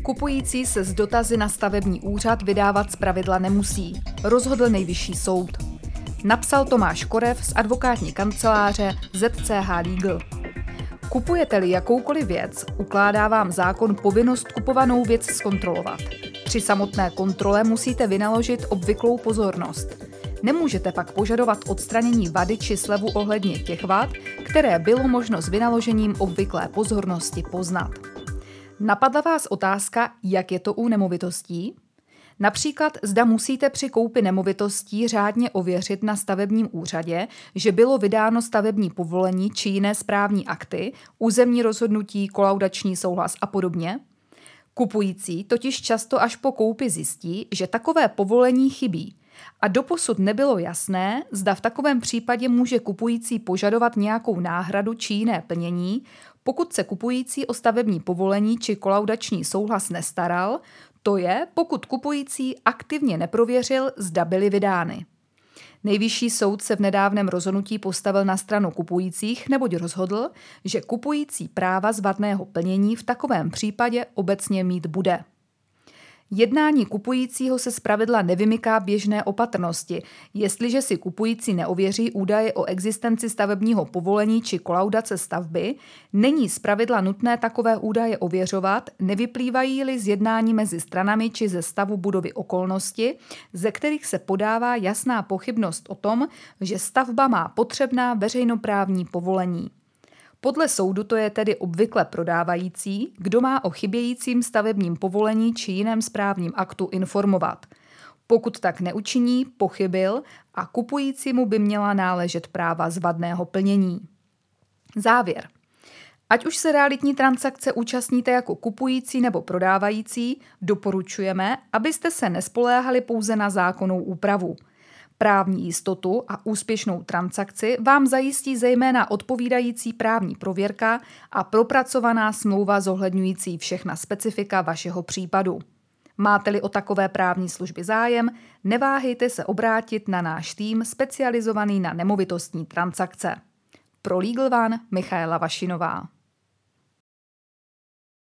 Kupující se s dotazy na stavební úřad vydávat zpravidla nemusí, rozhodl Nejvyšší soud. Napsal Tomáš Korev z advokátní kanceláře ZCH Legal. Kupujete-li jakoukoliv věc, ukládá vám zákon povinnost kupovanou věc zkontrolovat. Při samotné kontrole musíte vynaložit obvyklou pozornost. Nemůžete pak požadovat odstranění vady či slevu ohledně těch vad, které bylo možno s vynaložením obvyklé pozornosti poznat. Napadla vás otázka, jak je to u nemovitostí? Například, zda musíte při koupi nemovitostí řádně ověřit na stavebním úřadě, že bylo vydáno stavební povolení či jiné správní akty, územní rozhodnutí, kolaudační souhlas a podobně? Kupující totiž často až po koupi zjistí, že takové povolení chybí. A doposud nebylo jasné, zda v takovém případě může kupující požadovat nějakou náhradu či jiné plnění, pokud se kupující o stavební povolení či kolaudační souhlas nestaral, to je, pokud kupující aktivně neprověřil, zda byly vydány. Nejvyšší soud se v nedávném rozhodnutí postavil na stranu kupujících, neboť rozhodl, že kupující práva z vadného plnění v takovém případě obecně mít bude. Jednání kupujícího se zpravidla nevymyká běžné opatrnosti, jestliže si kupující neověří údaje o existenci stavebního povolení či kolaudace stavby, není zpravidla nutné takové údaje ověřovat, nevyplývají-li z jednání mezi stranami či ze stavu budovy okolnosti, ze kterých se podává jasná pochybnost o tom, že stavba má potřebná veřejnoprávní povolení. Podle soudu to je tedy obvykle prodávající, kdo má o chybějícím stavebním povolení či jiném správním aktu informovat. Pokud tak neučiní, pochybil a kupujícímu by měla náležet práva z vadného plnění. Závěr. Ať už se realitní transakce účastníte jako kupující nebo prodávající, doporučujeme, abyste se nespoléhali pouze na zákonnou úpravu. Právní jistotu a úspěšnou transakci vám zajistí zejména odpovídající právní prověrka a propracovaná smlouva zohledňující všechna specifika vašeho případu. Máte-li o takové právní služby zájem, neváhejte se obrátit na náš tým specializovaný na nemovitostní transakce. Pro Legal One Michaela Vašinová.